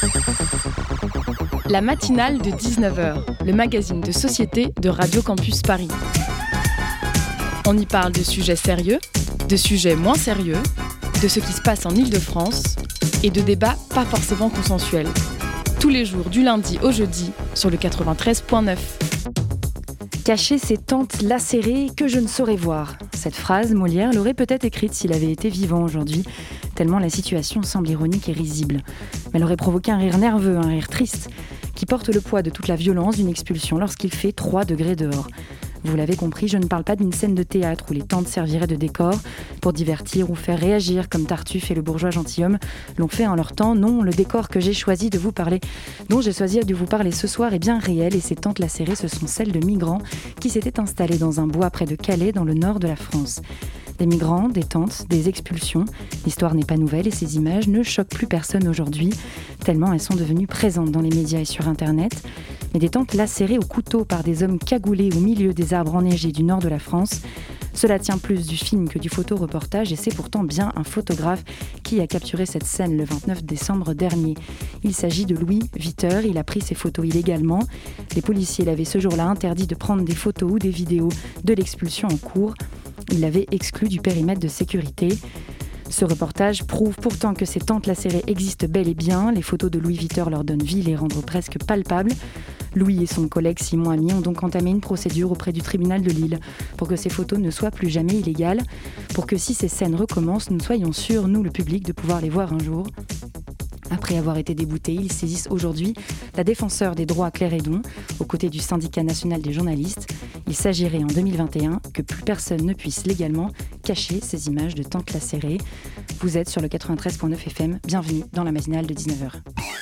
La matinale de 19h, le magazine de société de Radio Campus Paris. On y parle de sujets sérieux, de sujets moins sérieux, de ce qui se passe en Île-de-France et de débats pas forcément consensuels. Tous les jours du lundi au jeudi sur le 93.9. Cacher ses tantes lacérées que je ne saurais voir. Cette phrase, Molière l'aurait peut-être écrite s'il avait été vivant aujourd'hui, tellement la situation semble ironique et risible. Mais elle aurait provoqué un rire nerveux, un rire triste, qui porte le poids de toute la violence d'une expulsion lorsqu'il fait 3 degrés dehors. Vous l'avez compris, je ne parle pas d'une scène de théâtre où les tantes serviraient de décor pour divertir ou faire réagir comme Tartuffe et le bourgeois gentilhomme l'ont fait en leur temps. Non, le décor que j'ai choisi de vous parler, dont j'ai choisi de vous parler ce soir est bien réel et ces tantes lacérées, ce sont celles de migrants qui s'étaient installés dans un bois près de Calais dans le nord de la France. Des migrants, des tantes, des expulsions. L'histoire n'est pas nouvelle et ces images ne choquent plus personne aujourd'hui, tellement elles sont devenues présentes dans les médias et sur Internet. Mais des tantes lacérées au couteau par des hommes cagoulés au milieu des arbres enneigés du nord de la France, cela tient plus du film que du photoreportage et c'est pourtant bien un photographe qui a capturé cette scène le 29 décembre dernier. Il s'agit de Louis Viter, il a pris ses photos illégalement. Les policiers l'avaient ce jour-là interdit de prendre des photos ou des vidéos de l'expulsion en cours. Il l'avait exclu du périmètre de sécurité. Ce reportage prouve pourtant que ces tantes lacérées existent bel et bien. Les photos de Louis Viter leur donnent vie, les rendent presque palpables. Louis et son collègue Simon Ami ont donc entamé une procédure auprès du tribunal de Lille pour que ces photos ne soient plus jamais illégales, pour que si ces scènes recommencent, nous soyons sûrs, nous le public, de pouvoir les voir un jour. Après avoir été déboutés, ils saisissent aujourd'hui la défenseure des droits Claire Hédon, aux côtés du syndicat national des journalistes. Il s'agirait en 2021 que plus personne ne puisse légalement cacher ces images de tantes lacérées. Vous êtes sur le 93.9 FM, bienvenue dans la matinale de 19h.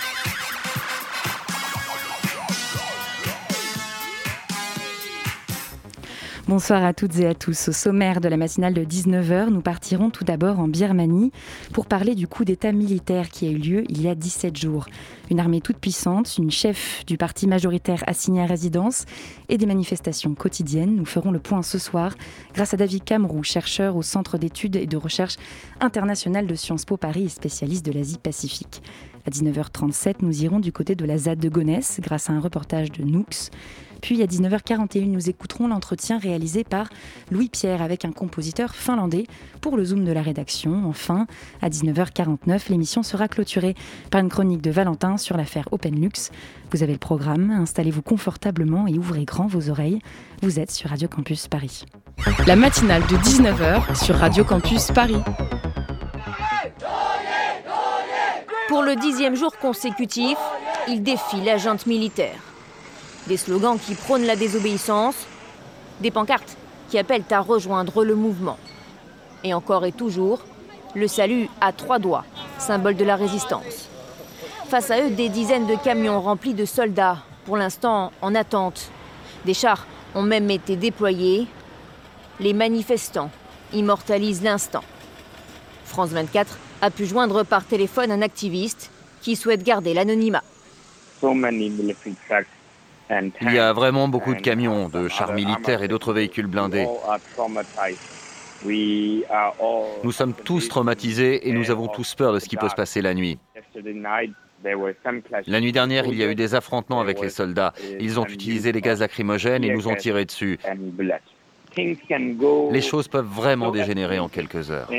Bonsoir à toutes et à tous. Au sommaire de la matinale de 19h, nous partirons tout d'abord en Birmanie pour parler du coup d'État militaire qui a eu lieu il y a 17 jours. Une armée toute puissante, une chef du parti majoritaire assignée à résidence et des manifestations quotidiennes. Nous ferons le point ce soir grâce à David Camroux, chercheur au Centre d'études et de recherche internationale de Sciences Po Paris et spécialiste de l'Asie-Pacifique. À 19h37, nous irons du côté de la ZAD de Gonesse grâce à un reportage de Nooks. Puis à 19h41, nous écouterons l'entretien réalisé par Louis Pierre avec un compositeur finlandais pour le Zoom de la rédaction. Enfin, à 19h49, l'émission sera clôturée par une chronique de Valentin sur l'affaire OpenLux. Vous avez le programme, installez-vous confortablement et ouvrez grand vos oreilles. Vous êtes sur Radio Campus Paris. La matinale de 19h sur Radio Campus Paris. Pour le 10e jour consécutif, il défie la junte militaire. Des slogans qui prônent la désobéissance, des pancartes qui appellent à rejoindre le mouvement. Et encore et toujours, le salut à 3 doigts, symbole de la résistance. Face à eux, des dizaines de camions remplis de soldats, pour l'instant en attente. Des chars ont même été déployés. Les manifestants immortalisent l'instant. France 24 a pu joindre par téléphone un activiste qui souhaite garder l'anonymat. Il y a vraiment beaucoup de camions, de chars militaires et d'autres véhicules blindés. Nous sommes tous traumatisés et nous avons tous peur de ce qui peut se passer la nuit. La nuit dernière, il y a eu des affrontements avec les soldats. Ils ont utilisé des gaz lacrymogènes et nous ont tiré dessus. Les choses peuvent vraiment dégénérer en quelques heures.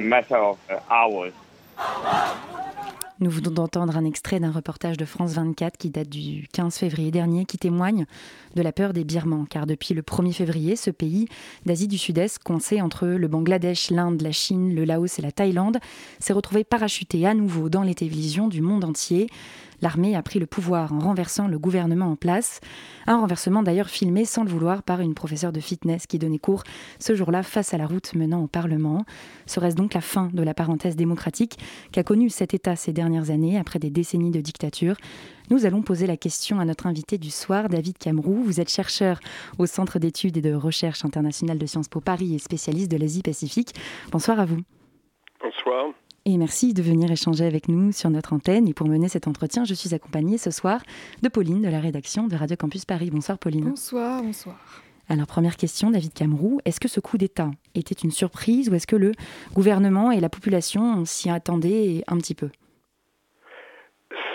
Nous venons d'entendre un extrait d'un reportage de France 24 qui date du 15 février dernier, qui témoigne de la peur des Birmans. Car depuis le 1er février, ce pays d'Asie du Sud-Est, coincé entre le Bangladesh, l'Inde, la Chine, le Laos et la Thaïlande, s'est retrouvé parachuté à nouveau dans les télévisions du monde entier. L'armée a pris le pouvoir en renversant le gouvernement en place. Un renversement d'ailleurs filmé sans le vouloir par une professeure de fitness qui donnait cours ce jour-là face à la route menant au Parlement. Serait-ce donc la fin de la parenthèse démocratique qu'a connue cet État ces dernières années après des décennies de dictature ? Nous allons poser la question à notre invité du soir, David Camroux. Vous êtes chercheur au Centre d'études et de recherche internationale de Sciences Po Paris et spécialiste de l'Asie-Pacifique. Bonsoir à vous. Bonsoir. Et merci de venir échanger avec nous sur notre antenne. Et pour mener cet entretien, je suis accompagnée ce soir de Pauline de la rédaction de Radio Campus Paris. Bonsoir Pauline. Bonsoir. Alors première question, David Camroux, est-ce que ce coup d'État était une surprise ou est-ce que le gouvernement et la population s'y attendaient un petit peu ?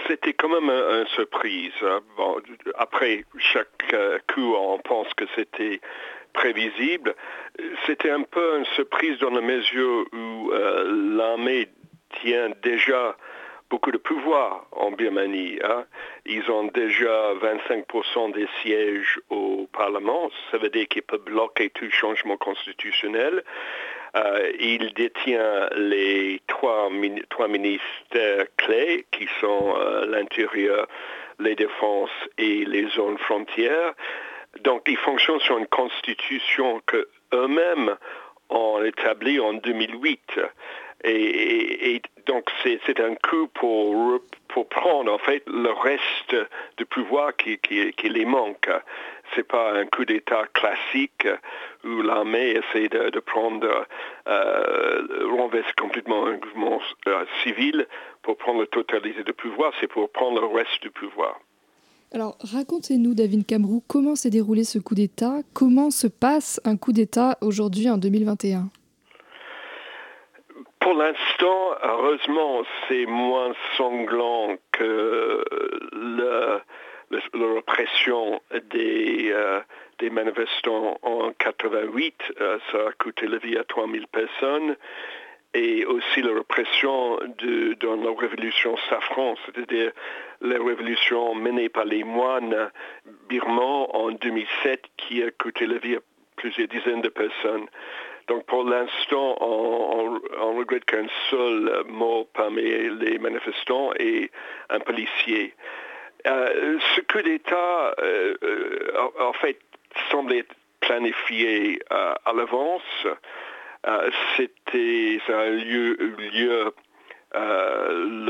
C'était quand même une surprise. Bon, après chaque coup, on pense que c'était prévisible. C'était un peu une surprise dans la mesure où l'armée tient déjà beaucoup de pouvoir en Birmanie. Ils ont déjà 25% des sièges au Parlement. Ça veut dire qu'ils peuvent bloquer tout changement constitutionnel. Il détient les trois ministères clés qui sont l'intérieur, les défenses et les zones frontières. Donc, ils fonctionnent sur une constitution que eux-mêmes ont établie en 2008. Et donc, c'est un coup pour prendre, en fait, le reste du pouvoir qui les manque. C'est pas un coup d'État classique où l'armée essaie de prendre, renverser complètement un gouvernement civil pour prendre la totalité du pouvoir. C'est pour prendre le reste du pouvoir. Alors, racontez-nous, David Camroux, comment s'est déroulé ce coup d'État ? Comment se passe un coup d'État aujourd'hui en 2021 ? Pour l'instant, heureusement, c'est moins sanglant que la répression des manifestants en 88. Ça a coûté la vie à 3000 personnes. Et aussi la répression dans la révolution safran, c'est-à-dire la révolution menée par les moines birmans en 2007 qui a coûté la vie à plusieurs dizaines de personnes. Donc pour l'instant, on regrette qu'un seul mort parmi les manifestants est un policier. Ce coup d'État, en fait, semble être planifié à l'avance. Ça a eu lieu le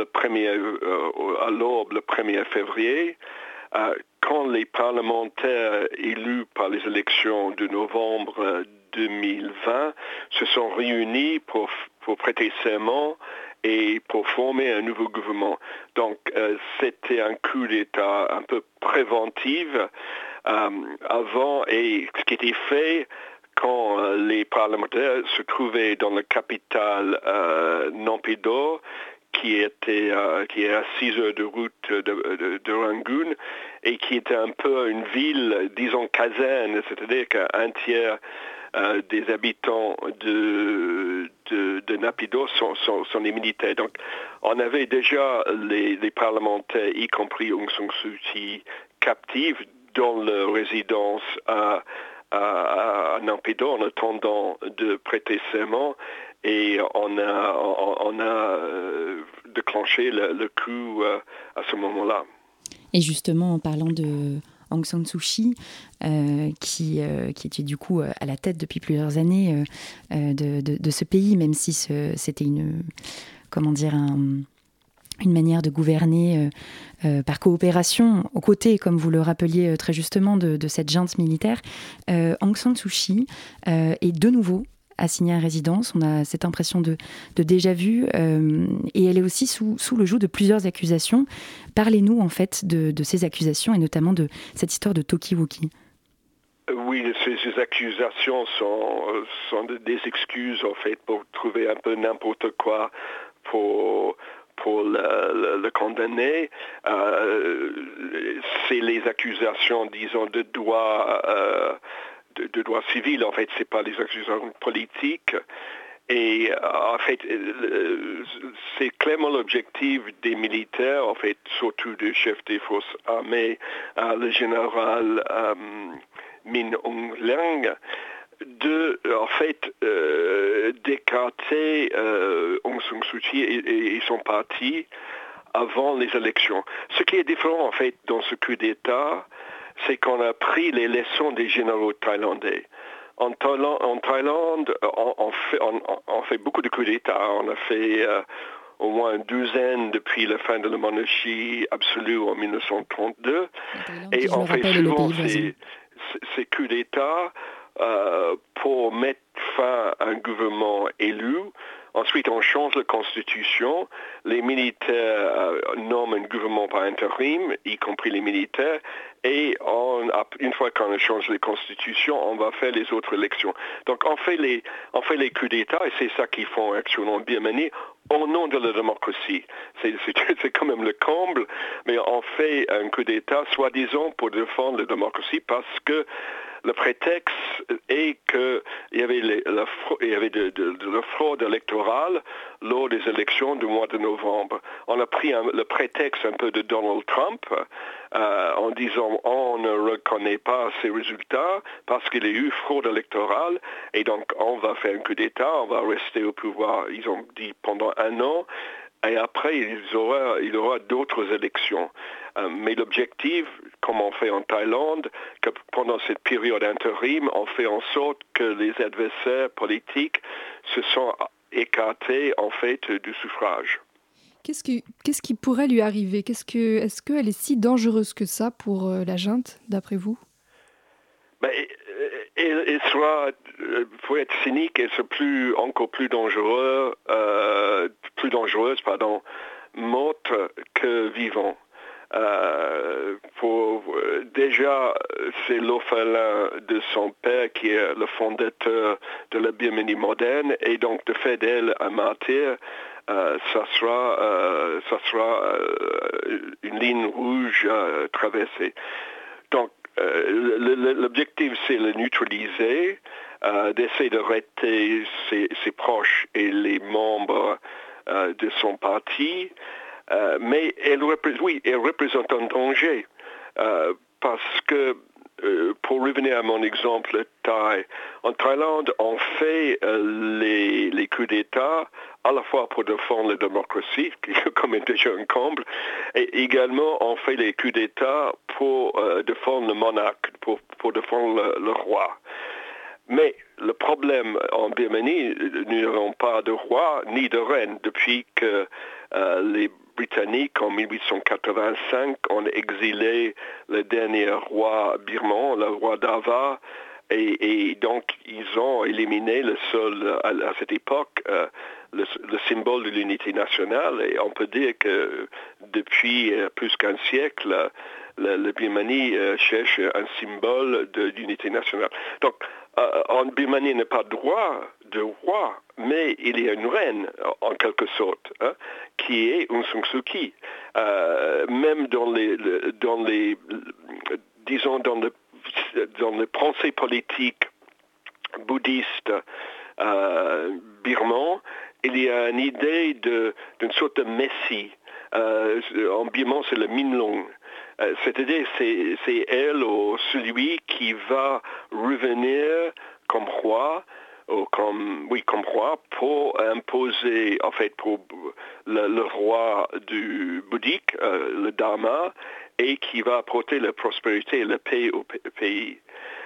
1er février, quand les parlementaires élus par les élections de novembre 2020 se sont réunis pour prêter serment et pour former un nouveau gouvernement. Donc, c'était un coup d'État un peu préventif avant, et ce qui était fait quand les parlementaires se trouvaient dans la capitale Naypyidaw, qui est à 6 heures de route de Rangoon, et qui était un peu une ville, disons, caserne, c'est-à-dire qu'un tiers des habitants de Naypyidaw sont des militaires. Donc, on avait déjà les parlementaires, y compris Aung San Suu Kyi, captifs dans leur résidence à Naypyidaw en attendant de prêter serment, et on a déclenché le coup à ce moment-là. Et justement, en parlant de Aung San Suu Kyi, qui était du coup à la tête depuis plusieurs années de ce pays, même si c'était une manière de gouverner par coopération, aux côtés, comme vous le rappeliez très justement, de cette junte militaire. Aung San Suu Kyi est de nouveau assignée à résidence. On a cette impression de déjà-vu, et elle est aussi sous le joug de plusieurs accusations. Parlez-nous en fait de ces accusations, et notamment de cette histoire de talkie-walkie. Oui, ces accusations sont des excuses en fait pour trouver un peu n'importe quoi pour le condamner. C'est les accusations, disons, de droit civil. En fait, c'est pas les accusations politiques. Et en fait, c'est clairement l'objectif des militaires, en fait, surtout du chef des forces armées, le général Min Aung Hlaing, d'écarter Aung San Suu Kyi et son parti avant les élections. Ce qui est différent, en fait, dans ce coup d'État, c'est qu'on a pris les leçons des généraux thaïlandais. En Thaïlande, on fait beaucoup de coups d'État. On a fait au moins une douzaine depuis la fin de la monarchie absolue en 1932. Et on fait souvent ces coups d'État pour mettre fin à un gouvernement élu Ensuite, on change la Constitution. Les militaires nomment un gouvernement par intérim, y compris les militaires. Et une fois qu'on a changé la Constitution, on va faire les autres élections. Donc, on fait les coups d'État, et c'est ça qu'ils font actuellement en Birmanie, au nom de la démocratie. C'est quand même le comble, mais on fait un coup d'État, soi-disant, pour défendre la démocratie, parce que le prétexte est qu'il y avait de la fraude électorale lors des élections du mois de novembre. On a pris le prétexte un peu de Donald Trump en disant on ne reconnaît pas ces résultats parce qu'il y a eu fraude électorale et donc on va faire un coup d'État, on va rester au pouvoir, ils ont dit, pendant 1 an. Et après, il y aura d'autres élections. Mais l'objectif, comme on fait en Thaïlande, que pendant cette période intérim, on fait en sorte que les adversaires politiques se sont écartés, en fait, du suffrage. Qu'est-ce qui pourrait lui arriver ? Est-ce qu'elle est si dangereuse que ça pour la junte, d'après vous ? Elle sera, pour être cynique, elle sera encore plus dangereuse, morte que vivant. Déjà, c'est l'orphelin de son père qui est le fondateur de la Birmanie moderne, et donc de fait d'elle un martyr, ça sera une ligne rouge traversée. Donc, l'objectif, c'est le neutraliser, d'essayer d'arrêter ses proches et les membres de son parti, mais elle représente un danger, parce que, pour revenir à mon exemple thaï, en Thaïlande, on fait les coups d'État à la fois pour défendre la démocratie, qui est comme déjà un comble, et également on fait les coups d'État pour défendre le monarque, pour défendre le roi. Mais le problème en Birmanie, nous n'avons pas de roi ni de reine depuis que les Britanniques, en 1885, ont exilé le dernier roi birman, le roi Dava, et donc ils ont éliminé le seul, à cette époque, le symbole de l'unité nationale. Et on peut dire que depuis plus qu'un siècle, la Birmanie cherche un symbole d'unité nationale. Donc, en Birmanie, il n'y a pas de roi, mais il y a une reine, en quelque sorte, qui est Aung San Suu Kyi. Même dans les pensées politiques bouddhistes birmans, il y a une idée d'une sorte de messie. En birman, c'est le Minlong. C'est-à-dire, c'est elle ou celui qui va revenir comme roi, comme roi, pour imposer, en fait, pour le roi du bouddhique, le Dharma, et qui va apporter la prospérité et la paix au pays.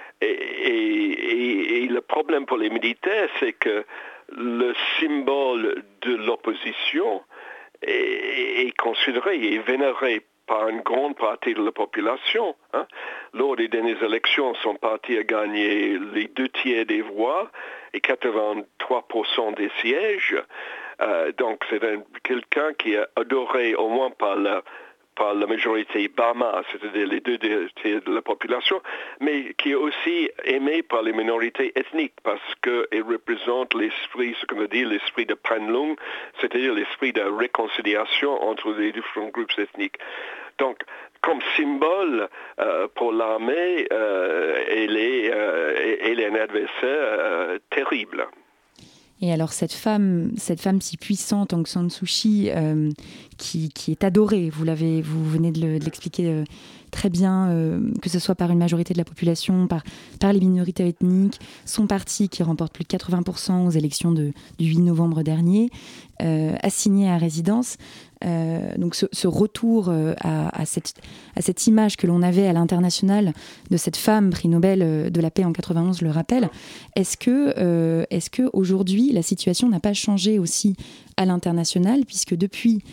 Et le problème pour les militaires, c'est que le symbole de l'opposition est considéré et vénéré par une grande partie de la population. Lors des dernières élections, son parti a gagné les 2/3 des voix et 83% des sièges. Donc c'est quelqu'un qui est adoré au moins par la majorité Bama, c'est-à-dire les 2/3 de la population, mais qui est aussi aimé par les minorités ethniques parce qu'il représente l'esprit, ce qu'on dit l'esprit de Panlung, c'est-à-dire l'esprit de réconciliation entre les différents groupes ethniques. Donc, comme symbole pour l'armée, elle est un adversaire terrible. Et alors cette femme si puissante, Aung San Suu Kyi, qui est adorée, vous venez de l'expliquer très bien, que ce soit par une majorité de la population, par les minorités ethniques, son parti qui remporte plus de 80% aux élections du 8 novembre dernier, assigné à résidence. Donc ce retour à cette image que l'on avait à l'international de cette femme prix Nobel de la paix en 91 le rappelle. Est-ce que aujourd'hui la situation n'a pas changé aussi à l'international, puisque depuis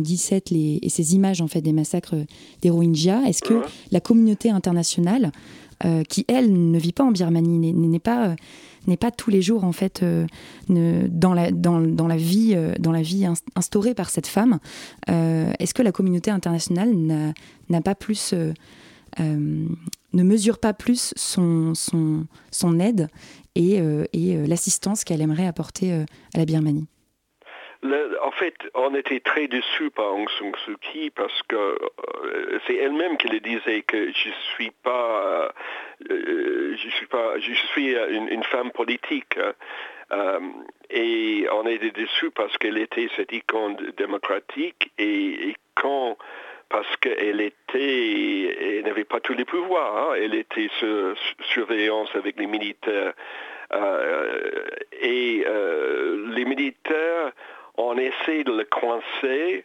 2016-2017 et ces images en fait des massacres des Rohingyas, est-ce que la communauté internationale qui elle ne vit pas en Birmanie, n'est pas tous les jours en fait dans la vie instaurée par cette femme. Est-ce que la communauté internationale n'a pas plus ne mesure pas plus son aide et l'assistance qu'elle aimerait apporter à la Birmanie? En fait, on était très déçus par Aung San Suu Kyi parce que c'est elle-même qui le disait que je suis une femme politique. Et on était déçus parce qu'elle était cette icône démocratique et parce qu'elle n'avait pas tous les pouvoirs. Elle était sous surveillance avec les militaires. Les militaires ont essayé de le coincer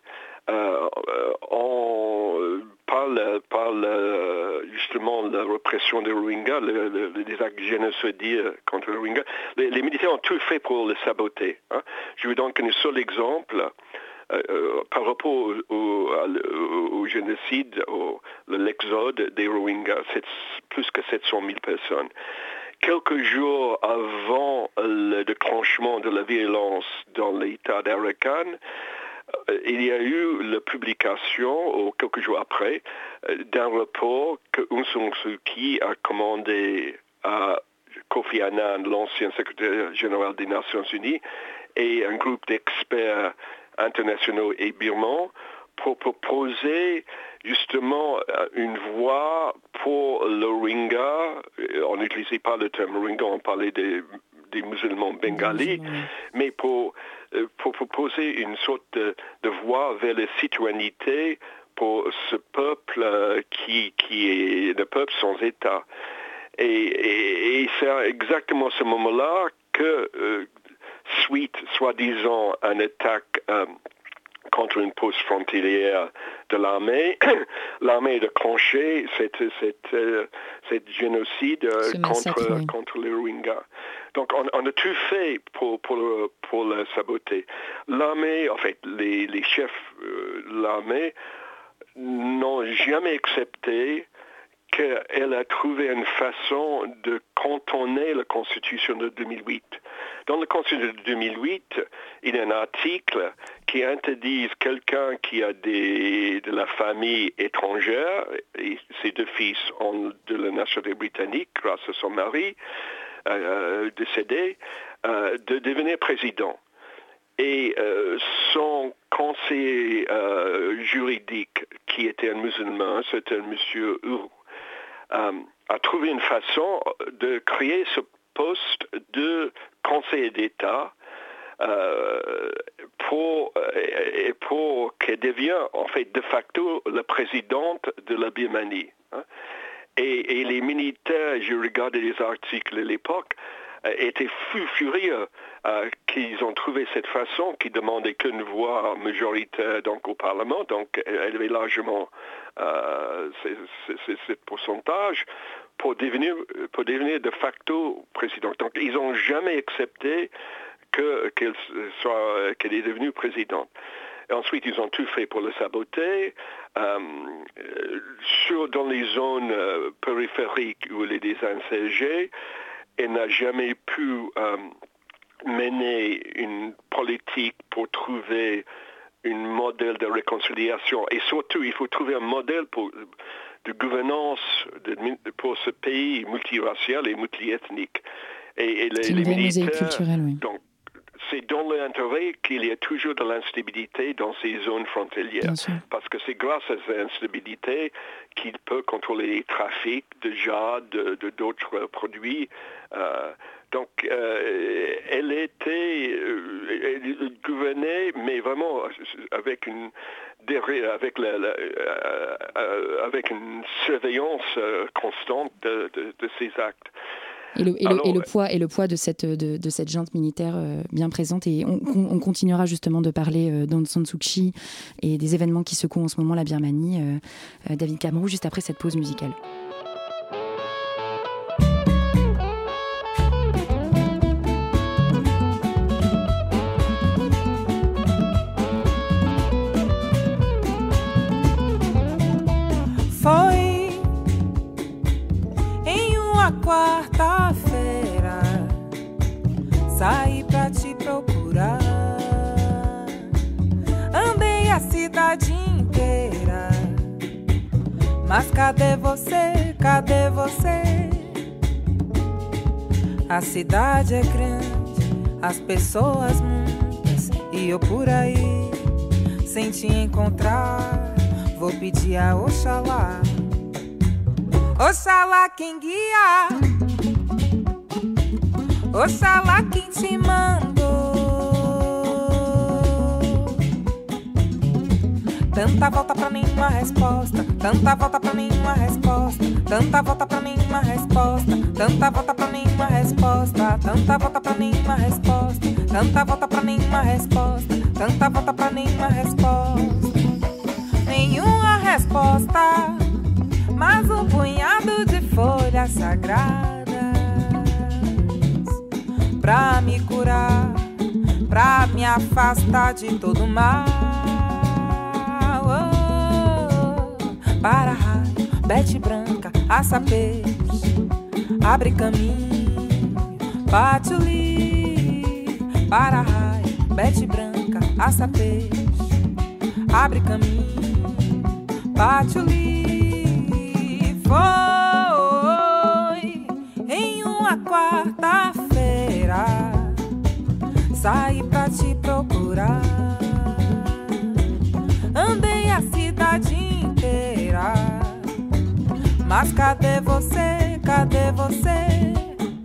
par justement la répression des Rohingyas, les actes génocidaires contre les Rohingyas. Les militaires ont tout fait pour le saboter. Je vous donne un seul exemple. Par rapport au génocide, l'exode des Rohingyas, c'est plus que 700 000 personnes. Quelques jours avant le déclenchement de la violence dans l'État d'Arakan, il y a eu la publication, ou quelques jours après, d'un rapport que Aung San Suu Kyi a commandé à Kofi Annan, l'ancien secrétaire général des Nations Unies, et un groupe d'experts internationaux et birmans pour proposer justement une voie pour le Rohingya. On n'utilisait pas le terme Rohingya, on parlait des musulmans bengalis, mais pour proposer une sorte de voie vers la citoyenneté pour ce peuple qui est le peuple sans État. Et c'est exactement à ce moment-là que, suite, soi-disant, à une attaque contre une poste frontalière de l'armée, l'armée a déclenché cette génocide contre les Rohingyas. Donc on a tout fait pour la saboter. L'armée, en fait, les chefs de l'armée n'ont jamais accepté qu'elle a trouvé une façon de contourner la Constitution de 2008. Dans la Constitution de 2008, il y a un article qui interdit quelqu'un qui a de la famille étrangère, et ses deux fils ont de la nationalité britannique grâce à son mari décédé, de devenir président. Et son conseiller juridique, qui était un musulman, c'était un monsieur Uru, a trouvé une façon de créer ce poste de conseiller d'État pour qu'elle devienne en fait de facto la présidente de la Birmanie. Et les militaires, je regardais les articles à l'époque, étaient furieux qu'ils ont trouvé cette façon, qui demandait qu'une voix majoritaire donc au Parlement, donc elle avait largement ce pourcentage pour devenir de facto président. Donc ils n'ont jamais accepté qu'elle est devenue présidente. Et ensuite, ils ont tout fait pour le saboter. Dans les zones périphériques où elle est désinsérgée, elle n'a jamais pu mener une politique pour trouver un modèle de réconciliation. Et surtout, il faut trouver un modèle de gouvernance pour ce pays multiracial et multiethnique. Et les militaires, oui. Donc, c'est dans l'intérêt qu'il y ait toujours de l'instabilité dans ces zones frontalières. Parce que c'est grâce à cette instabilité qu'il peut contrôler les trafics de jade, d'autres produits. Donc, elle gouvernait, mais vraiment avec une surveillance constante de ses actes. Et le poids de cette junte militaire bien présente. Et on continuera justement de parler d'Aung San Suu Kyi et des événements qui secouent en ce moment la Birmanie. David Camroux, juste après cette pause musicale. Foi em Mas cadê você, cadê você? A cidade é grande, as pessoas muitas, e eu por aí, sem te encontrar, vou pedir a Oxalá. Oxalá quem guia, Oxalá quem te mandou. Tanta volta pra nenhuma resposta, tanta volta pra nenhuma resposta, tanta volta pra nenhuma resposta, tanta volta pra nenhuma resposta, tanta volta pra nenhuma resposta, tanta volta pra nenhuma resposta, tanta volta pra nenhuma resposta. Nenhuma resposta, mas um punhado de folhas sagradas pra me curar, pra me afastar de todo mal. Para raio, bete branca, assa peixe, abre caminho, patchouli. Para raio, bete branca, assa peixe, abre caminho, patchouli. Foi em uma quarta-feira, saí pra te procurar, andei a cidade inteira, mas cadê você, cadê você?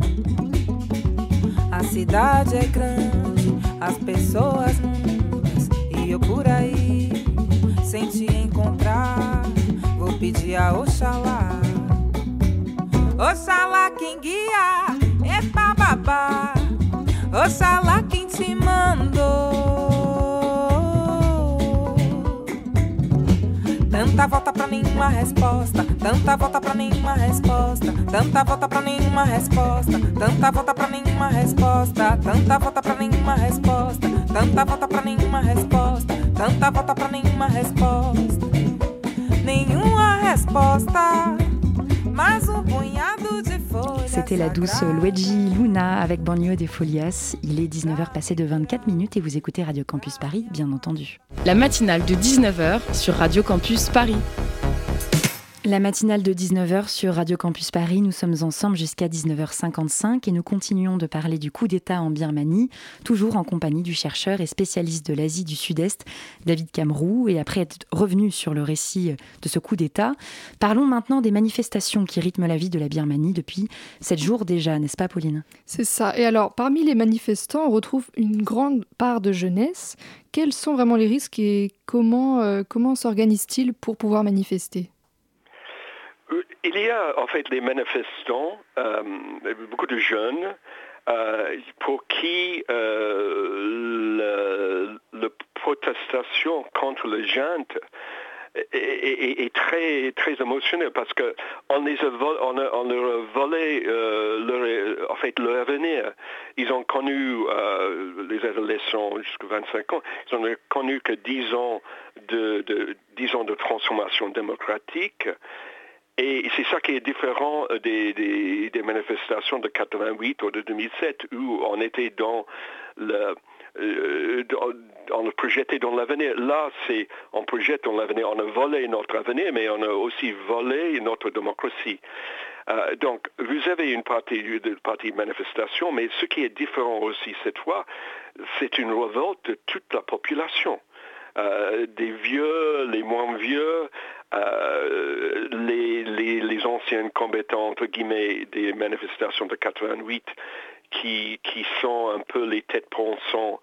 A cidade é grande, as pessoas muitas, e eu por aí, sem te encontrar, vou pedir a Oxalá. Oxalá quem guia, epa babá, Oxalá quem te mandou. Tanta volta pra nenhuma resposta, tanta volta pra nenhuma resposta, tanta volta pra nenhuma resposta, tanta volta pra nenhuma resposta, tanta volta pra nenhuma resposta, tanta volta pra nenhuma resposta, tanta volta pra nenhuma resposta. Nenhuma resposta, mas um punhado de folhas. C'était la douce Luigi Luna avec Banlieue des Folias. Il est 19h passé de 24 minutes et vous écoutez Radio Campus Paris, bien entendu. La matinale de 19h sur Radio Campus Paris. La matinale de 19h sur Radio Campus Paris, nous sommes ensemble jusqu'à 19h55 et nous continuons de parler du coup d'État en Birmanie, toujours en compagnie du chercheur et spécialiste de l'Asie du Sud-Est, David Camroux. Et après être revenu sur le récit de ce coup d'État, parlons maintenant des manifestations qui rythment la vie de la Birmanie depuis 7 jours déjà, n'est-ce pas Pauline ? C'est ça. Et alors, parmi les manifestants, on retrouve une grande part de jeunesse. Quels sont vraiment les risques et comment s'organisent-ils pour pouvoir manifester ? Il y a en fait les manifestants, beaucoup de jeunes, pour qui la protestation contre le junte est très, très émotionnelle parce qu'on leur a volé leur avenir. Ils ont connu, les adolescents jusqu'à 25 ans, ils ont connu que 10 ans de transformation démocratique. Et c'est ça qui est différent des manifestations de 88 ou de 2007 où on était on a projeté dans l'avenir. Là, on projette dans l'avenir. On a volé notre avenir, mais on a aussi volé notre démocratie. Donc, vous avez une partie de manifestation, mais ce qui est différent aussi cette fois, c'est une révolte de toute la population. Des vieux, les moins vieux, les anciens combattants, entre guillemets, des manifestations de 88 qui sont un peu les têtes pensantes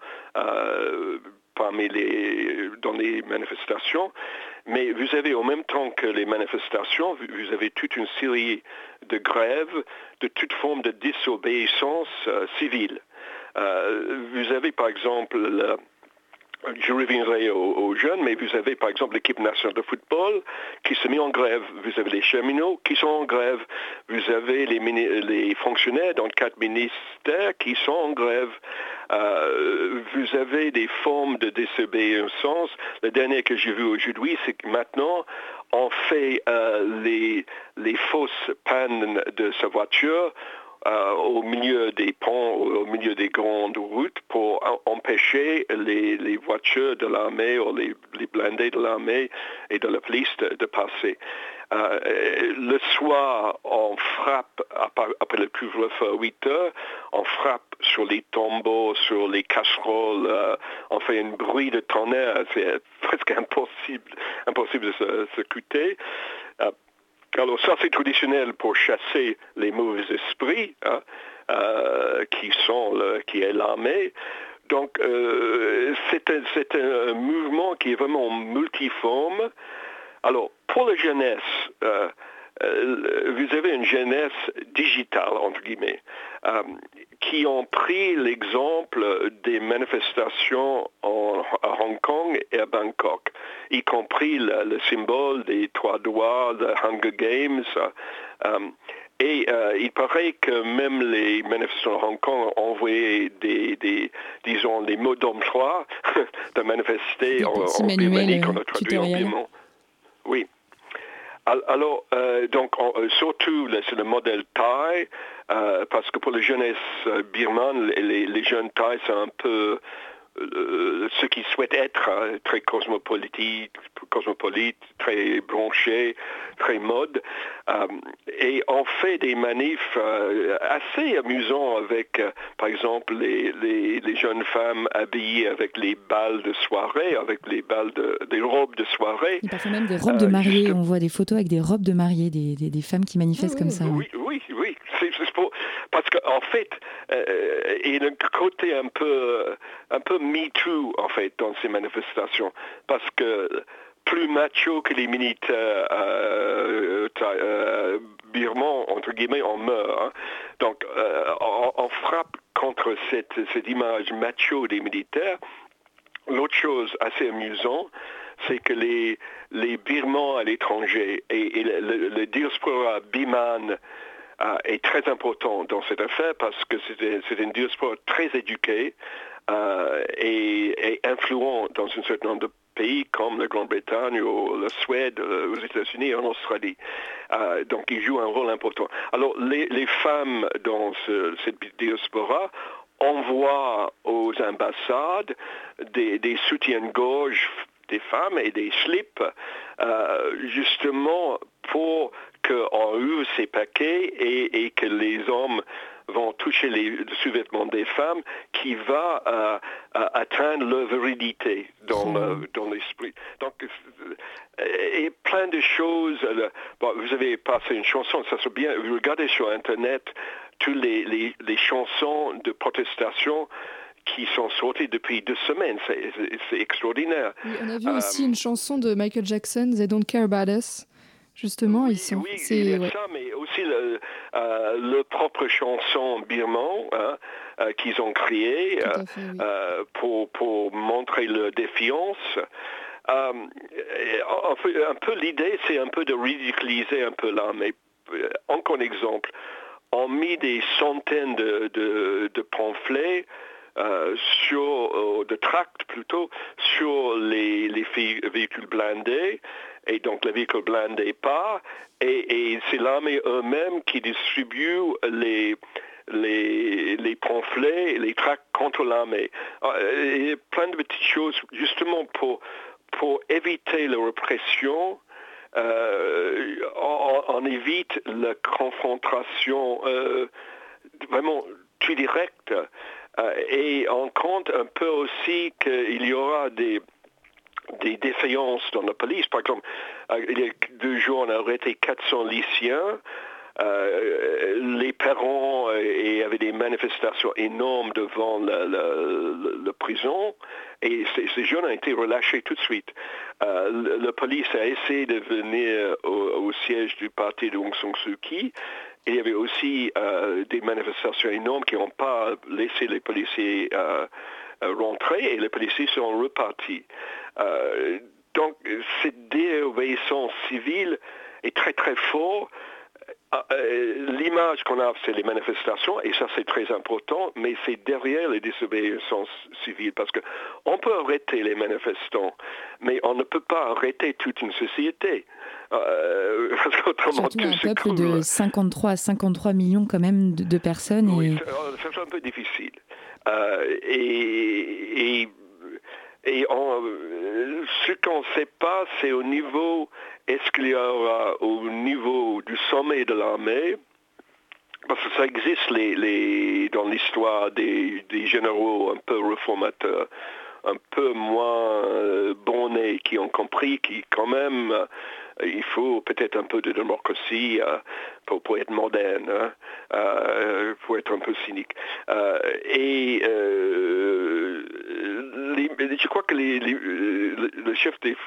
dans les manifestations. Mais vous avez en même temps que les manifestations, vous avez toute une série de grèves de toute forme de désobéissance civile. Vous avez par exemple... Je reviendrai aux jeunes, mais vous avez par exemple l'équipe nationale de football qui se met en grève. Vous avez les cheminots qui sont en grève. Vous avez les fonctionnaires dans 4 ministères qui sont en grève. Vous avez des formes de désobéissance. Le dernier que j'ai vu aujourd'hui, c'est que maintenant, on fait les fausses pannes de sa voiture au milieu des ponts, au milieu des grandes routes pour empêcher les voitures de l'armée ou les blindés de l'armée et de la police de passer. Le soir, on frappe, après le couvre-feu à 8 heures, on frappe sur les tombeaux, sur les casseroles, on fait un bruit de tonnerre, c'est presque impossible de s'écouter. Alors ça, c'est traditionnel pour chasser les mauvais esprits, qui est l'armée. Donc, c'est un mouvement qui est vraiment multiforme. Alors, pour la jeunesse, vous avez une jeunesse digitale, entre guillemets, qui ont pris l'exemple des manifestations à Hong Kong et à Bangkok, y compris le symbole des 3 doigts, de Hunger Games. Et il paraît que même les manifestants à Hong Kong ont envoyé des mots d'emploi de manifester en birmanie qu'on a traduit en birman. Oui. Alors, donc, surtout, c'est le modèle Thaï, parce que pour les jeunesses birmanes, les jeunes Thaïs, c'est un peu ceux qui souhaitent être très cosmopolite, très branchés, très mode. Et on fait des manifs assez amusants avec, par exemple, les jeunes femmes habillées avec les balles de soirée, avec des robes de soirée. Et parfois même des robes de mariée. On voit des photos avec des robes de mariée, des femmes qui manifestent comme ça. Oui. Parce qu'en fait, il y a un côté un peu Me Too, en fait, dans ces manifestations. Parce que plus macho que les militaires birmans, entre guillemets, on meurt. Hein. Donc, on frappe contre cette image macho des militaires. L'autre chose assez amusante, c'est que les Birmans à l'étranger et le diaspora birmane est très important dans cette affaire parce que c'est une diaspora très éduquée et influente dans un certain nombre de pays comme la Grande-Bretagne ou la Suède, aux États-Unis et en Australie. Donc ils jouent un rôle important. Alors les femmes dans cette diaspora envoient aux ambassades des soutiens-gorge des femmes et des slips justement pour qu'on ouvre ces paquets et que les hommes vont toucher les sous-vêtements des femmes qui va atteindre leur virilité dans l'esprit. Donc, et plein de choses. Vous avez passé une chanson, ça se bien. Vous regardez sur Internet toutes les chansons de protestation qui sont sorties depuis 2 semaines. C'est extraordinaire. Oui, on a vu aussi une chanson de Michael Jackson, They Don't Care About Us. Justement, ils sont. Oui, il y a ça, mais aussi le propre chanson birman qu'ils ont créé pour montrer leur défiance. Un peu l'idée, c'est un peu de ridiculiser un peu l'armée. Encore un exemple, on mis des centaines de pamphlets de tracts plutôt sur les véhicules blindés. Et donc, les véhicules blindés part, et c'est l'armée eux-mêmes qui distribue les pamphlets et les tracts contre l'armée. Il y a plein de petites choses, justement pour éviter la répression. On évite la confrontation vraiment tout directe. Et on compte un peu aussi qu'il y aura des défaillances dans la police. Par exemple, il y a 2 jours, on a arrêté 400 lycéens. Les parents avaient des manifestations énormes devant la prison et ces jeunes ont été relâchés tout de suite. La police a essayé de venir au siège du parti de Aung San Suu Kyi. Il y avait aussi des manifestations énormes qui n'ont pas laissé les policiers rentrer et les policiers sont repartis. Donc, cette désobéissance civile est très très forte. L'image qu'on a, c'est les manifestations, et ça c'est très important, mais c'est derrière les désobéissances civiles, parce qu'on peut arrêter les manifestants, mais on ne peut pas arrêter toute une société. Parce qu'autrement, surtout un peuple de 53 à 53 millions quand même de personnes. Oui, c'est un peu difficile. Et ce qu'on ne sait pas, c'est au niveau est-ce qu'il y aura au niveau du sommet de l'armée, parce que ça existe dans l'histoire des généraux un peu réformateurs, un peu moins bornés, qui ont compris qu'il quand même il faut peut-être un peu de démocratie pour être moderne, pour être un peu cynique. Je crois que le chef du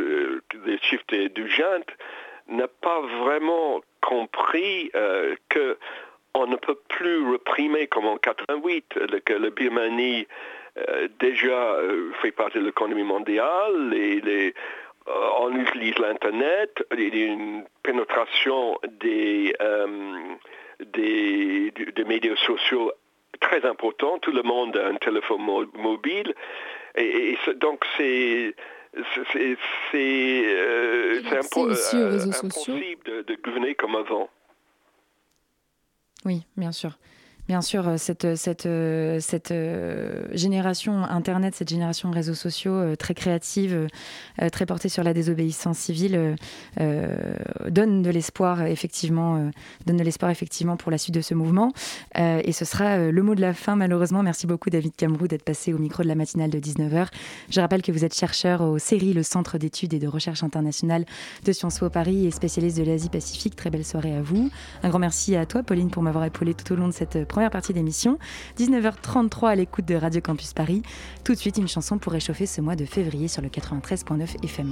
junte n'a pas vraiment compris que on ne peut plus réprimer comme en 88, que la Birmanie déjà fait partie de l'économie mondiale, on utilise l'Internet, il y a une pénétration des médias sociaux très importante, tout le monde a un téléphone mobile, et donc c'est impossible de gouverner comme avant. Oui, bien sûr. Bien sûr, cette génération Internet, cette génération réseaux sociaux très créative, très portée sur la désobéissance civile, donne de l'espoir effectivement pour la suite de ce mouvement. Et ce sera le mot de la fin, malheureusement. Merci beaucoup, David Camroux, d'être passé au micro de la matinale de 19h. Je rappelle que vous êtes chercheur au CERI, le Centre d'études et de recherche internationale de Sciences Po Paris, et spécialiste de l'Asie-Pacifique. Très belle soirée à vous. Un grand merci à toi, Pauline, pour m'avoir épaulée tout au long de cette première partie d'émission. 19h33 à l'écoute de Radio Campus Paris. Tout de suite, une chanson pour réchauffer ce mois de février sur le 93.9 FM.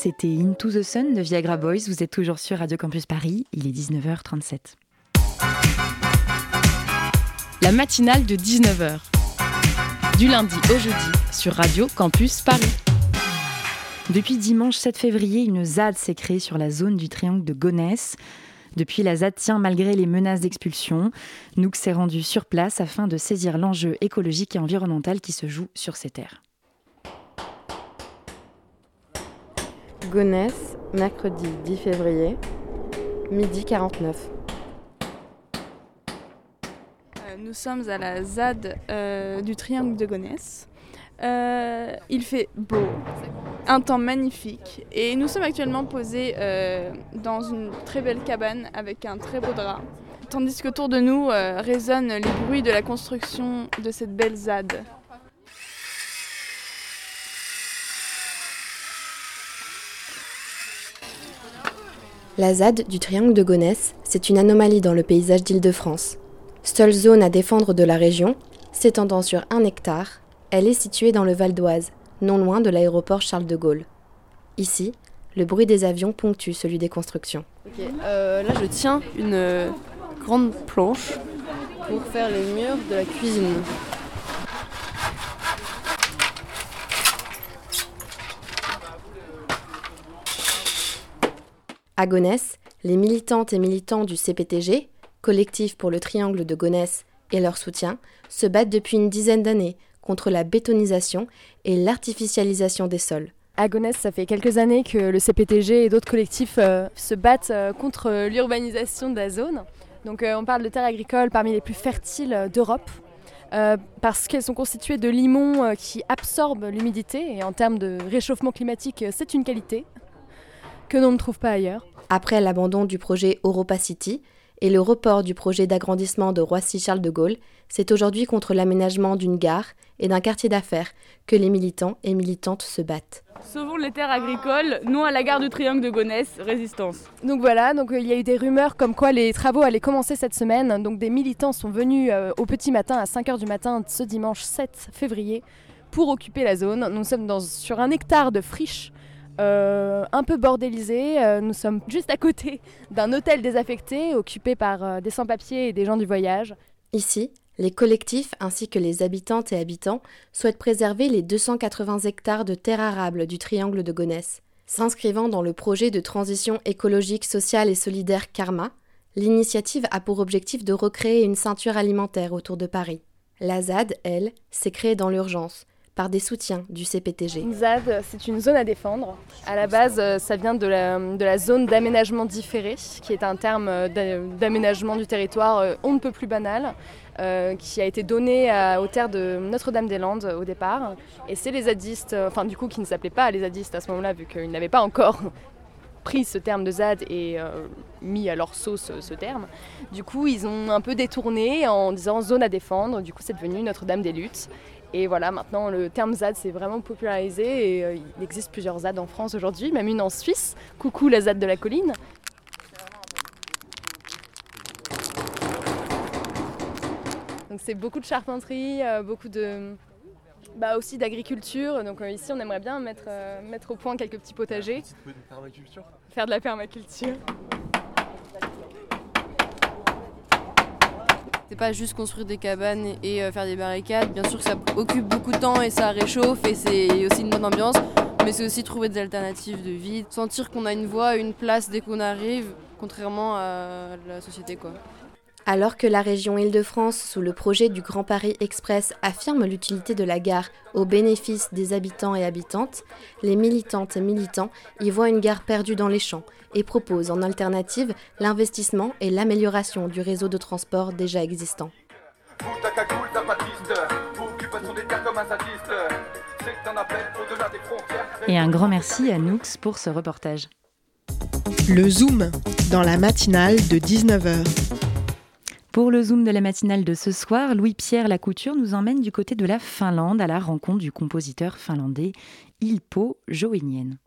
c'était Into the Sun de Viagra Boys. Vous êtes toujours sur Radio Campus Paris, il est 19h37. La matinale de 19h. Du lundi au jeudi sur Radio Campus Paris. Depuis dimanche 7 février, une ZAD s'est créée sur la zone du triangle de Gonesse. Depuis, la ZAD tient malgré les menaces d'expulsion. Nouk s'est rendu sur place afin de saisir l'enjeu écologique et environnemental qui se joue sur ces terres. Gonesse, mercredi 10 février, midi 49. Nous sommes à la ZAD du triangle de Gonesse. Il fait beau, un temps magnifique et nous sommes actuellement posés dans une très belle cabane avec un très beau drap. Tandis qu'autour de nous résonnent les bruits de la construction de cette belle ZAD. La ZAD du triangle de Gonesse, c'est une anomalie dans le paysage d'Île-de-France. Seule zone à défendre de la région, s'étendant sur 1 hectare, elle est située dans le Val d'Oise, non loin de l'aéroport Charles de Gaulle. Ici, le bruit des avions ponctue celui des constructions. Là, je tiens une grande planche pour faire les murs de la cuisine. À Gonesse, les militantes et militants du CPTG, collectif pour le triangle de Gonesse, et leur soutien, se battent depuis une dizaine d'années contre la bétonisation et l'artificialisation des sols. À Gonesse, ça fait quelques années que le CPTG et d'autres collectifs se battent contre l'urbanisation de la zone. Donc on parle de terres agricoles parmi les plus fertiles d'Europe, parce qu'elles sont constituées de limons qui absorbent l'humidité, et en termes de réchauffement climatique, c'est une qualité que l'on ne trouve pas ailleurs. Après l'abandon du projet Europa City et le report du projet d'agrandissement de Roissy-Charles de Gaulle, c'est aujourd'hui contre l'aménagement d'une gare et d'un quartier d'affaires que les militants et militantes se battent. Sauvons les terres agricoles, non à la gare du triangle de Gonesse, résistance. Donc voilà, il y a eu des rumeurs comme quoi les travaux allaient commencer cette semaine. Donc des militants sont venus au petit matin, à 5h du matin, ce dimanche 7 février, pour occuper la zone. Nous sommes sur 1 hectare de friche, un peu bordélisé. Nous sommes juste à côté d'un hôtel désaffecté occupé par des sans-papiers et des gens du voyage. Ici, les collectifs ainsi que les habitantes et habitants souhaitent préserver les 280 hectares de terres arables du triangle de Gonesse. S'inscrivant dans le projet de transition écologique, sociale et solidaire Karma, l'initiative a pour objectif de recréer une ceinture alimentaire autour de Paris. La ZAD, elle, s'est créée dans l'urgence, par des soutiens du CPTG. Une ZAD, c'est une zone à défendre. À la base, ça vient de la zone d'aménagement différé, qui est un terme d'aménagement du territoire on ne peut plus banal, qui a été donné aux terres de Notre-Dame-des-Landes au départ. Et c'est les zadistes, qui ne s'appelaient pas les zadistes à ce moment-là, vu qu'ils n'avaient pas encore pris ce terme de ZAD et mis à leur sauce ce terme. Du coup, ils ont un peu détourné en disant zone à défendre. Du coup, c'est devenu Notre-Dame-des-Luttes. Et voilà, maintenant le terme ZAD s'est vraiment popularisé et il existe plusieurs ZAD en France aujourd'hui, même une en Suisse. Coucou la ZAD de la colline. Donc c'est beaucoup de charpenterie, beaucoup aussi d'agriculture. Donc ici on aimerait bien mettre au point quelques petits potagers. Un peu de permaculture. Faire de la permaculture. C'est pas juste construire des cabanes et faire des barricades. Bien sûr que ça occupe beaucoup de temps et ça réchauffe et c'est aussi une bonne ambiance. Mais c'est aussi trouver des alternatives de vie. Sentir qu'on a une voix, une place dès qu'on arrive, contrairement à la société, quoi. Alors que la région Île-de-France, sous le projet du Grand Paris Express, affirme l'utilité de la gare au bénéfice des habitants et habitantes, les militantes et militants y voient une gare perdue dans les champs et proposent en alternative l'investissement et l'amélioration du réseau de transport déjà existant. Et un grand merci à Nooks pour ce reportage. Le Zoom, dans la matinale de 19h. Pour le Zoom de la matinale de ce soir, Louis-Pierre Lacouture nous emmène du côté de la Finlande à la rencontre du compositeur finlandais Ilpo Jouinien.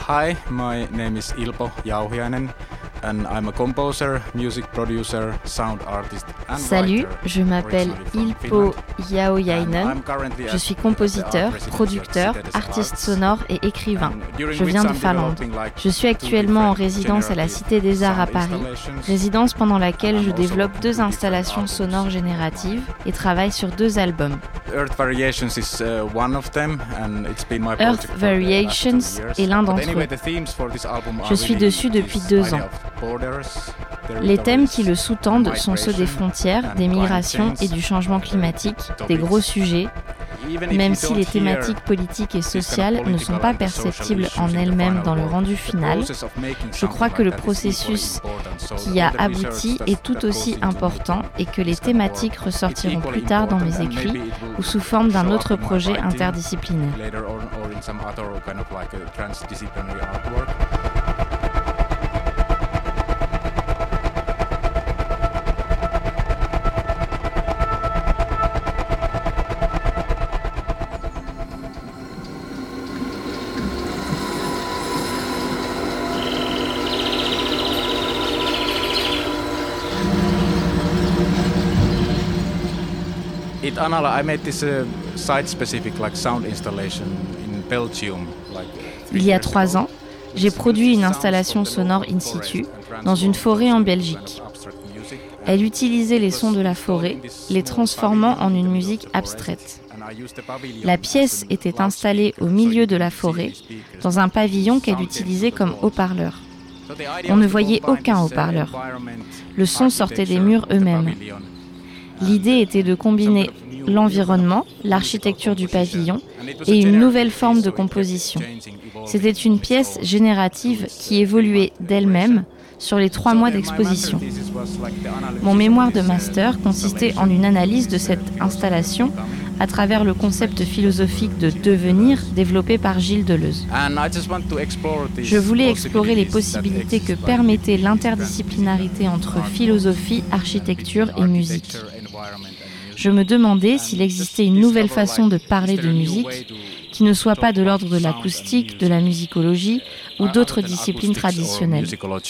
Hi, my name is Ilpo Jauhiainen. And I'm a composer, music producer, sound artist and Salut, writer, je m'appelle originally from Ilpo Finland. Jauhiainen. And I'm currently Je suis compositeur, producteur, artiste sonore et écrivain. Je viens de Finlande. Je suis actuellement en résidence à la Cité des Arts à Paris, résidence pendant laquelle je développe 2 installations sonores génératives et travaille sur 2 albums. Earth Variations is one of them, and it's been my Earth project for the last Variations 2 years. est l'un But d'entre anyway, eux. the themes for this album are Je suis really dessus depuis this 2 idea ans. of borders, Les thèmes territories, qui le sous-tendent sont ceux des migration, frontières, and des climate migrations change, et du changement climatique, des topics. gros sujets, Even if même you si don't les hear thématiques politiques et these kind of sociales ne political sont pas and social perceptibles issues en in the elles-mêmes final dans le work, rendu the final. process of making Je something crois que le like that is equally processus important. So qui a the research abouti that est tout goes aussi into important making et que les this kind of work, thématiques it's ressortiront equally plus tard dans mes important, and écrits maybe it will ou sous forme d'un show autre up in my projet writing interdisciplinaire. later on or in some other kind of like a transdisciplinary artwork. It Anala, I made this site-specific like sound installation in Belgium. Il y a 3 ans, j'ai produit une installation sonore in situ dans une forêt en Belgique. Elle utilisait les sons de la forêt, les transformant en une musique abstraite. La pièce était installée au milieu de la forêt, dans un pavillon qu'elle utilisait comme haut-parleur. On ne voyait aucun haut-parleur. Le son sortait des murs eux-mêmes. L'idée était de combiner l'environnement, l'architecture du pavillon et une nouvelle forme de composition. C'était une pièce générative qui évoluait d'elle-même sur les 3 mois d'exposition. Mon mémoire de master consistait en une analyse de cette installation à travers le concept philosophique de devenir développé par Gilles Deleuze. Je voulais explorer les possibilités que permettait l'interdisciplinarité entre philosophie, architecture et musique. Je me demandais s'il existait une nouvelle façon de parler de musique qui ne soit pas de l'ordre de l'acoustique, de la musicologie ou d'autres disciplines traditionnelles.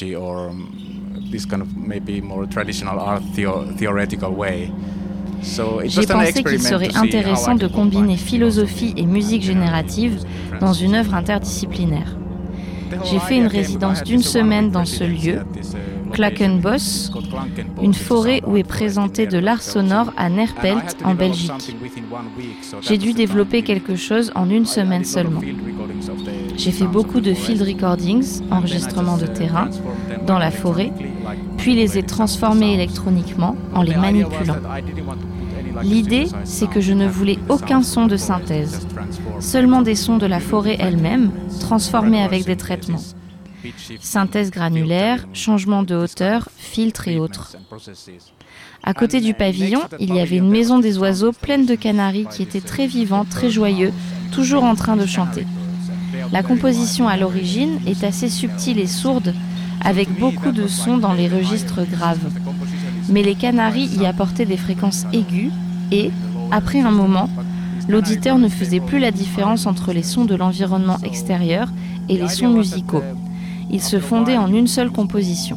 J'ai pensé qu'il serait intéressant de combiner philosophie et musique générative dans une œuvre interdisciplinaire. J'ai fait une résidence d'1 semaine dans ce lieu, Klakenbos, une forêt où est présenté de l'art sonore à Neerpelt, en Belgique. J'ai dû développer quelque chose en 1 semaine seulement. J'ai fait beaucoup de field recordings, enregistrements de terrain, dans la forêt, puis les ai transformés électroniquement en les manipulant. L'idée, c'est que je ne voulais aucun son de synthèse, seulement des sons de la forêt elle-même, transformés avec des traitements. Synthèse granulaire, changement de hauteur, filtre et autres. À côté du pavillon, il y avait une maison des oiseaux pleine de canaris qui étaient très vivants, très joyeux, toujours en train de chanter. La composition à l'origine est assez subtile et sourde, avec beaucoup de sons dans les registres graves. Mais les canaris y apportaient des fréquences aiguës et, après un moment, l'auditeur ne faisait plus la différence entre les sons de l'environnement extérieur et les sons musicaux. Ils se fondaient en une seule composition.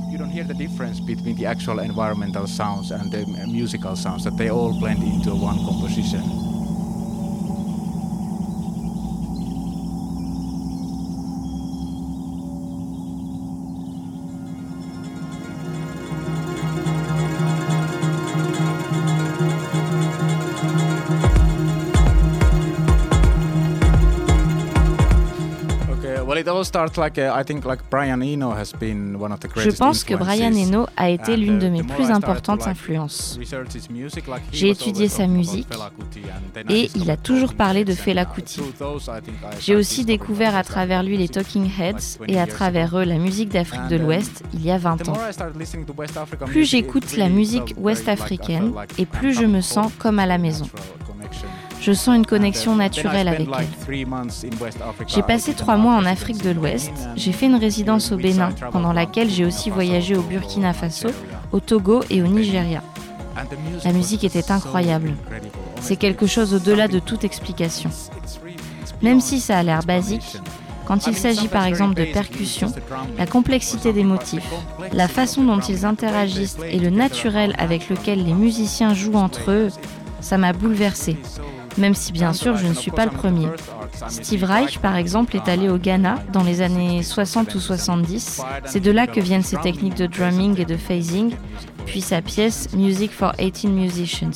Je pense que Brian Eno a été l'une de mes plus importantes influences. J'ai étudié sa musique et il a toujours parlé de Fela Kuti. J'ai aussi découvert à travers lui les Talking Heads et à travers eux la musique d'Afrique de l'Ouest il y a 20 ans. Plus j'écoute la musique ouest-africaine et plus je me sens comme à la maison. Je sens une connexion naturelle avec elle. J'ai passé 3 mois en Afrique de l'Ouest, j'ai fait une résidence au Bénin, pendant laquelle j'ai aussi voyagé au Burkina Faso, au Togo et au Nigeria. La musique était incroyable. C'est quelque chose au-delà de toute explication. Même si ça a l'air basique, Quand il s'agit par exemple de percussions, la complexité des motifs, la façon dont ils interagissent et le naturel avec lequel les musiciens jouent entre eux, ça m'a bouleversée. Même si bien sûr je ne suis pas le premier. Steve Reich par exemple est allé au Ghana dans les années 60 ou 70. C'est de là que viennent ses techniques de drumming et de phasing, puis sa pièce Music for 18 Musicians.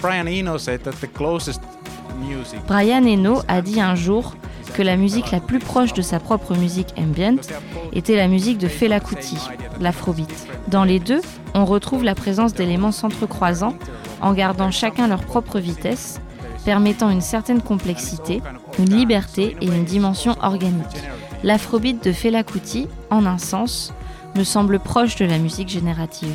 Brian Eno a dit un jour que la musique la plus proche de sa propre musique ambient était la musique de Fela Kuti, l'afrobeat. Dans les deux, on retrouve la présence d'éléments s'entrecroisant en gardant chacun leur propre vitesse, permettant une certaine complexité, une liberté et une dimension organique. L'afrobeat de Fela Kuti, en un sens, me semble proche de la musique générative.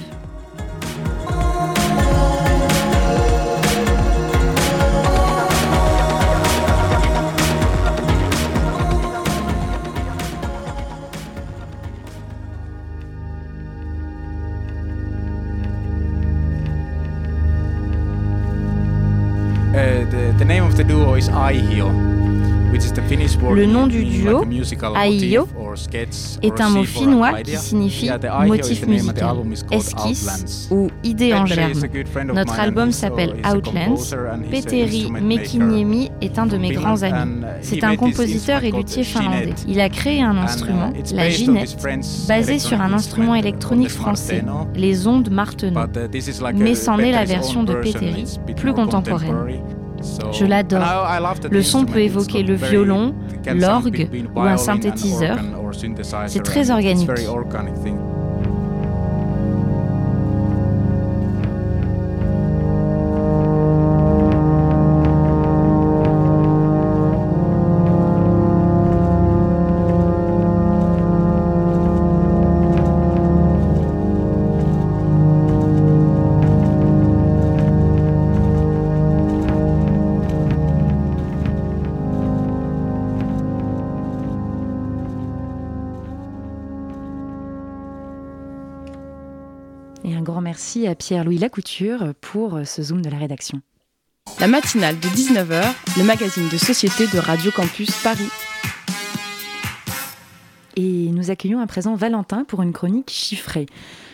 Le nom du duo, Aihio, est un mot finnois qui signifie motif musical, esquisse ou idée en germe. Notre album s'appelle Outlands. Petteri Mäkiniemi est un de mes grands amis. C'est un compositeur et luthier finlandais. Il a créé un instrument, la ginette, basé sur un instrument électronique français, les ondes Martenot. Mais c'en est la version de Petteri, plus contemporaine. Je l'adore. Le son peut évoquer le violon, l'orgue ou un synthétiseur. C'est très organique. Merci à Pierre-Louis Lacouture pour ce zoom de la rédaction. La matinale de 19h, le magazine de société de Radio Campus Paris. Et nous accueillons à présent Valentin pour une chronique chiffrée.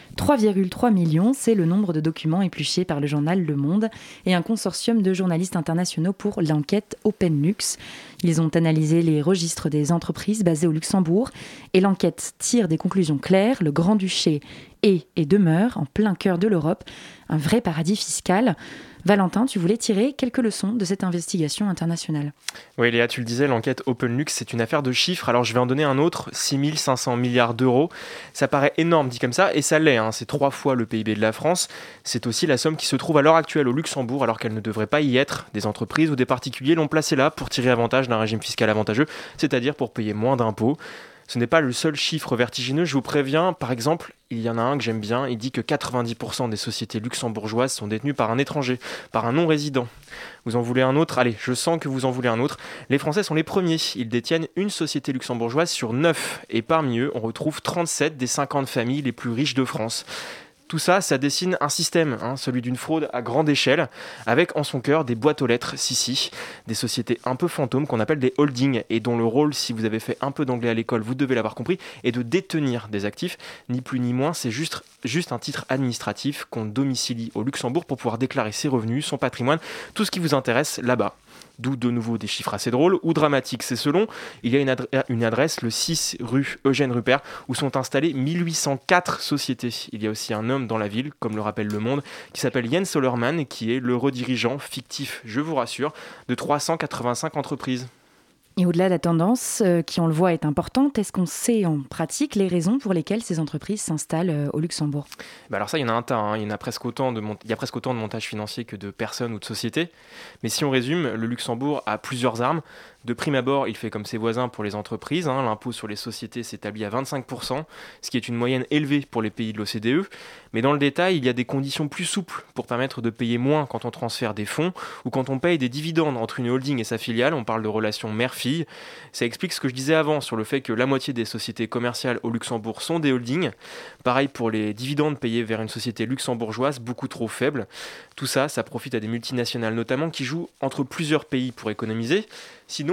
3,3 millions, c'est le nombre de documents épluchés par le journal Le Monde et un consortium de journalistes internationaux pour l'enquête OpenLux. Ils ont analysé les registres des entreprises basées au Luxembourg et l'enquête tire des conclusions claires. Le Grand-Duché est et demeure en plein cœur de l'Europe, un vrai paradis fiscal. Valentin, tu voulais tirer quelques leçons de cette investigation internationale. Oui Léa, tu le disais, l'enquête OpenLux, c'est une affaire de chiffres. Alors je vais en donner un autre, 6 500 milliards d'euros. Ça paraît énorme dit comme ça, et ça l'est, c'est 3 fois le PIB de la France. C'est aussi la somme qui se trouve à l'heure actuelle au Luxembourg, alors qu'elle ne devrait pas y être. Des entreprises ou des particuliers l'ont placée là pour tirer avantage d'un régime fiscal avantageux, c'est-à-dire pour payer moins d'impôts. Ce n'est pas le seul chiffre vertigineux, je vous préviens. Par exemple, il y en a un que j'aime bien, il dit que 90% des sociétés luxembourgeoises sont détenues par un étranger, par un non-résident. Vous en voulez un autre ? Allez, je sens que vous en voulez un autre. Les Français sont les premiers, ils détiennent une société luxembourgeoise sur 9. Et parmi eux, on retrouve 37 des 50 familles les plus riches de France. Tout ça, ça dessine un système, celui d'une fraude à grande échelle, avec en son cœur des boîtes aux lettres, des sociétés un peu fantômes qu'on appelle des holdings, et dont le rôle, si vous avez fait un peu d'anglais à l'école, vous devez l'avoir compris, est de détenir des actifs, ni plus ni moins, c'est juste un titre administratif qu'on domicilie au Luxembourg pour pouvoir déclarer ses revenus, son patrimoine, tout ce qui vous intéresse là-bas. D'où de nouveau des chiffres assez drôles ou dramatiques, c'est selon. Il y a une adresse, le 6 rue Eugène Rupert, où sont installées 1804 sociétés. Il y a aussi un homme dans la ville, comme le rappelle Le Monde, qui s'appelle Jens Sollermann, qui est le redirigeant fictif, je vous rassure, de 385 entreprises. Et au-delà de la tendance, qui on le voit est importante, est-ce qu'on sait en pratique les raisons pour lesquelles ces entreprises s'installent au Luxembourg ? Alors ça, il y en a un tas, il y a presque autant de montages financiers que de personnes ou de sociétés. Mais si on résume, le Luxembourg a plusieurs armes. De prime abord, il fait comme ses voisins pour les entreprises. L'impôt sur les sociétés s'établit à 25%, ce qui est une moyenne élevée pour les pays de l'OCDE. Mais dans le détail, il y a des conditions plus souples pour permettre de payer moins quand on transfère des fonds ou quand on paye des dividendes entre une holding et sa filiale. On parle de relations mère-fille. Ça explique ce que je disais avant sur le fait que la moitié des sociétés commerciales au Luxembourg sont des holdings. Pareil pour les dividendes payés vers une société luxembourgeoise beaucoup trop faible. Tout ça, ça profite à des multinationales notamment qui jouent entre plusieurs pays pour économiser. Sinon,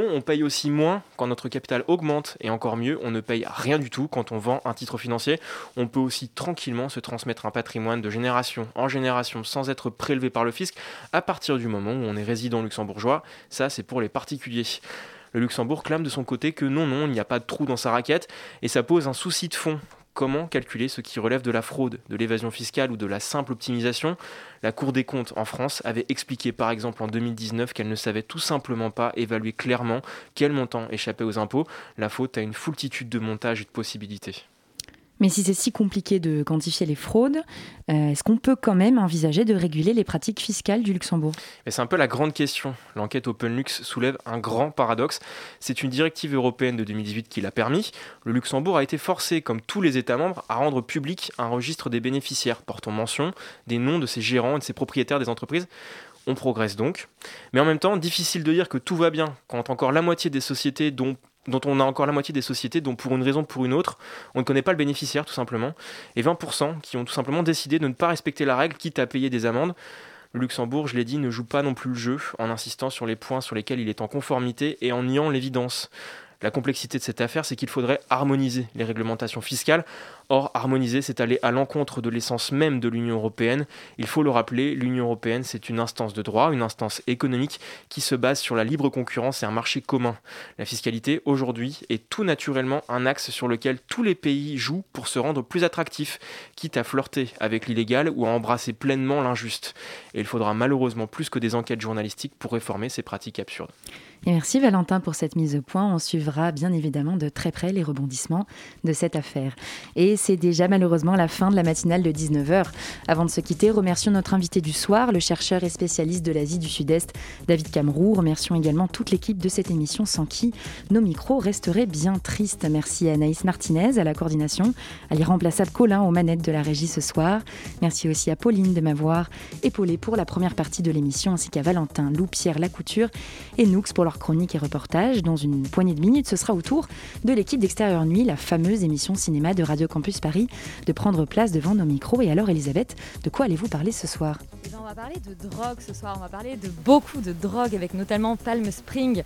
on paye aussi moins quand notre capital augmente, et encore mieux, on ne paye rien du tout quand on vend un titre financier. On peut aussi tranquillement se transmettre un patrimoine de génération en génération sans être prélevé par le fisc à partir du moment où on est résident luxembourgeois. Ça, c'est pour les particuliers. Le Luxembourg clame de son côté que non, il n'y a pas de trou dans sa raquette, et ça pose un souci de fond. Comment calculer ce qui relève de la fraude, de l'évasion fiscale ou de la simple optimisation ? La Cour des comptes en France avait expliqué par exemple en 2019 qu'elle ne savait tout simplement pas évaluer clairement quel montant échappait aux impôts, la faute à une foultitude de montages et de possibilités. Mais si c'est si compliqué de quantifier les fraudes, est-ce qu'on peut quand même envisager de réguler les pratiques fiscales du Luxembourg ? Et c'est un peu la grande question. L'enquête OpenLux soulève un grand paradoxe. C'est une directive européenne de 2018 qui l'a permis. Le Luxembourg a été forcé, comme tous les États membres, à rendre public un registre des bénéficiaires portant mention des noms de ses gérants et de ses propriétaires des entreprises. On progresse donc. Mais en même temps, difficile de dire que tout va bien quand encore la moitié des sociétés dont on a encore la moitié des sociétés dont pour une raison ou pour une autre, on ne connaît pas le bénéficiaire tout simplement, et 20% qui ont tout simplement décidé de ne pas respecter la règle, quitte à payer des amendes. Le Luxembourg, je l'ai dit, ne joue pas non plus le jeu en insistant sur les points sur lesquels il est en conformité et en niant l'évidence. La complexité de cette affaire, c'est qu'il faudrait harmoniser les réglementations fiscales. Or, harmoniser, c'est aller à l'encontre de l'essence même de l'Union européenne. Il faut le rappeler, l'Union européenne, c'est une instance de droit, une instance économique qui se base sur la libre concurrence et un marché commun. La fiscalité, aujourd'hui, est tout naturellement un axe sur lequel tous les pays jouent pour se rendre plus attractifs, quitte à flirter avec l'illégal ou à embrasser pleinement l'injuste. Et il faudra malheureusement plus que des enquêtes journalistiques pour réformer ces pratiques absurdes. Et merci Valentin pour cette mise au point. On suivra bien évidemment de très près les rebondissements de cette affaire. Et c'est déjà malheureusement la fin de la matinale de 19h. Avant de se quitter, remercions notre invité du soir, le chercheur et spécialiste de l'Asie du Sud-Est, David Camroux. Remercions également toute l'équipe de cette émission sans qui nos micros resteraient bien tristes. Merci à Anaïs Martinez à la coordination, à l'irremplaçable Colin aux manettes de la régie ce soir. Merci aussi à Pauline de m'avoir épaulée pour la première partie de l'émission, ainsi qu'à Valentin, Lou, Pierre Lacouture et Noux pour leur chronique et reportage. Dans une poignée de minutes, ce sera au tour de l'équipe d'Extérieur Nuit, la fameuse émission cinéma de Radio Campus Paris, de prendre place devant nos micros. Et alors Elisabeth, de quoi allez-vous parler ce soir ? On va parler de drogue ce soir, on va parler de beaucoup de drogue avec notamment Palm Spring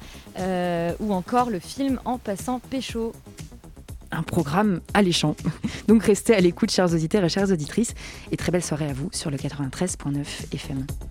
ou encore le film En passant pécho. Un programme alléchant. Donc restez à l'écoute, chers auditeurs et chères auditrices, et très belle soirée à vous sur le 93.9 FM.